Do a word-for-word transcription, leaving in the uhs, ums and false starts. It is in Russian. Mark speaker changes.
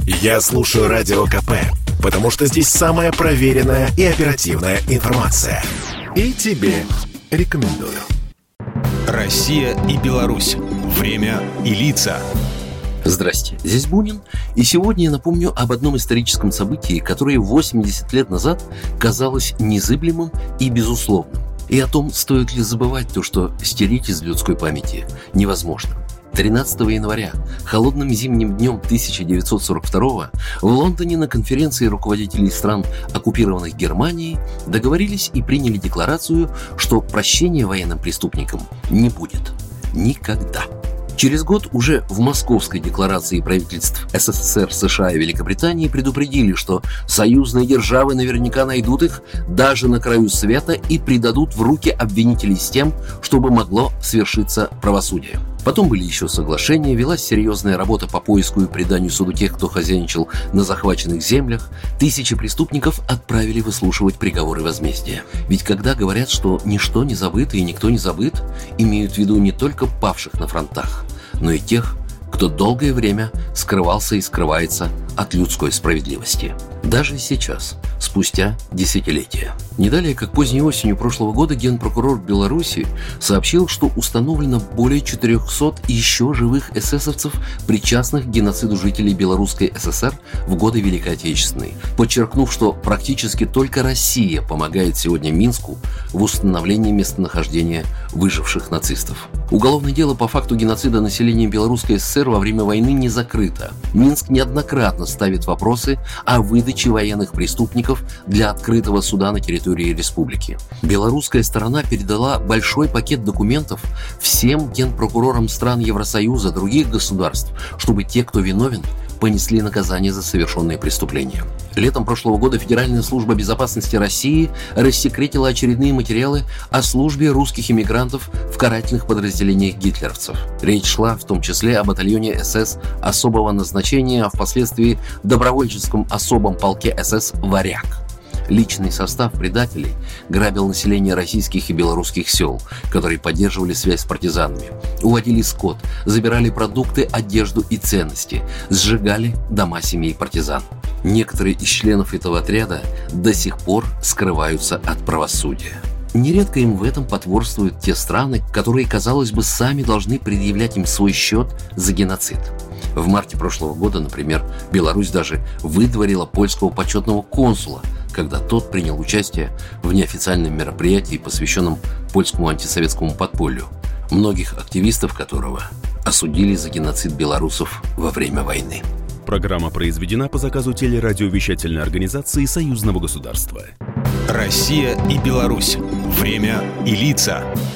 Speaker 1: Я слушаю Радио КП, потому что здесь самая проверенная и оперативная информация. И тебе рекомендую.
Speaker 2: Россия и Беларусь. Время и лица.
Speaker 3: Здрасте, здесь Бунин, и сегодня я напомню об одном историческом событии, которое восемьдесят лет назад казалось незыблемым и безусловным, и о том, стоит ли забывать то, что стереть из людской памяти невозможно. тринадцатого января, холодным зимним днем тысяча девятьсот сорок второго, в Лондоне на конференции руководителей стран, оккупированных Германией, договорились и приняли декларацию, что прощения военным преступникам не будет. Никогда. Через год уже в Московской декларации правительств СССР, США и Великобритании предупредили, что союзные державы наверняка найдут их даже на краю света и предадут в руки обвинителей с тем, чтобы могло свершиться правосудие. Потом были еще соглашения, велась серьезная работа по поиску и преданию суду тех, кто хозяйничал на захваченных землях. Тысячи преступников отправили выслушивать приговоры возмездия. Ведь когда говорят, что ничто не забыто и никто не забыт, имеют в виду не только павших на фронтах, но и тех, кто долгое время скрывался и скрывается от людской справедливости. Даже сейчас, спустя десятилетия. Не далее, как поздней осенью прошлого года, генпрокурор Беларуси сообщил, что установлено более четырехсот еще живых эсэсовцев, причастных к геноциду жителей Белорусской ССР в годы Великой Отечественной, подчеркнув, что практически только Россия помогает сегодня Минску в установлении местонахождения выживших нацистов. Уголовное дело по факту геноцида населения Белорусской ССР во время войны не закрыто. Минск неоднократно ставит вопросы о выдаче военных преступников для открытого суда на территории республики. Белорусская сторона передала большой пакет документов всем генпрокурорам стран Евросоюза, других государств, чтобы те, кто виновен, понесли наказание за совершенные преступления. Летом прошлого года Федеральная служба безопасности России рассекретила очередные материалы о службе русских иммигрантов в карательных подразделениях гитлеровцев. Речь шла в том числе о батальоне СС особого назначения, а впоследствии добровольческом особом полке СС «Варяг». Личный состав предателей грабил население российских и белорусских сел, которые поддерживали связь с партизанами, уводили скот, забирали продукты, одежду и ценности, сжигали дома семей партизан. Некоторые из членов этого отряда до сих пор скрываются от правосудия. Нередко им в этом потворствуют те страны, которые, казалось бы, сами должны предъявлять им свой счет за геноцид. В марте прошлого года, например, Беларусь даже выдворила польского почетного консула, когда тот принял участие в неофициальном мероприятии, посвященном польскому антисоветскому подполью, многих активистов которого осудили за геноцид белорусов во время войны.
Speaker 2: Программа произведена по заказу телерадиовещательной организации Союзного государства. Россия и Беларусь. Время и лица.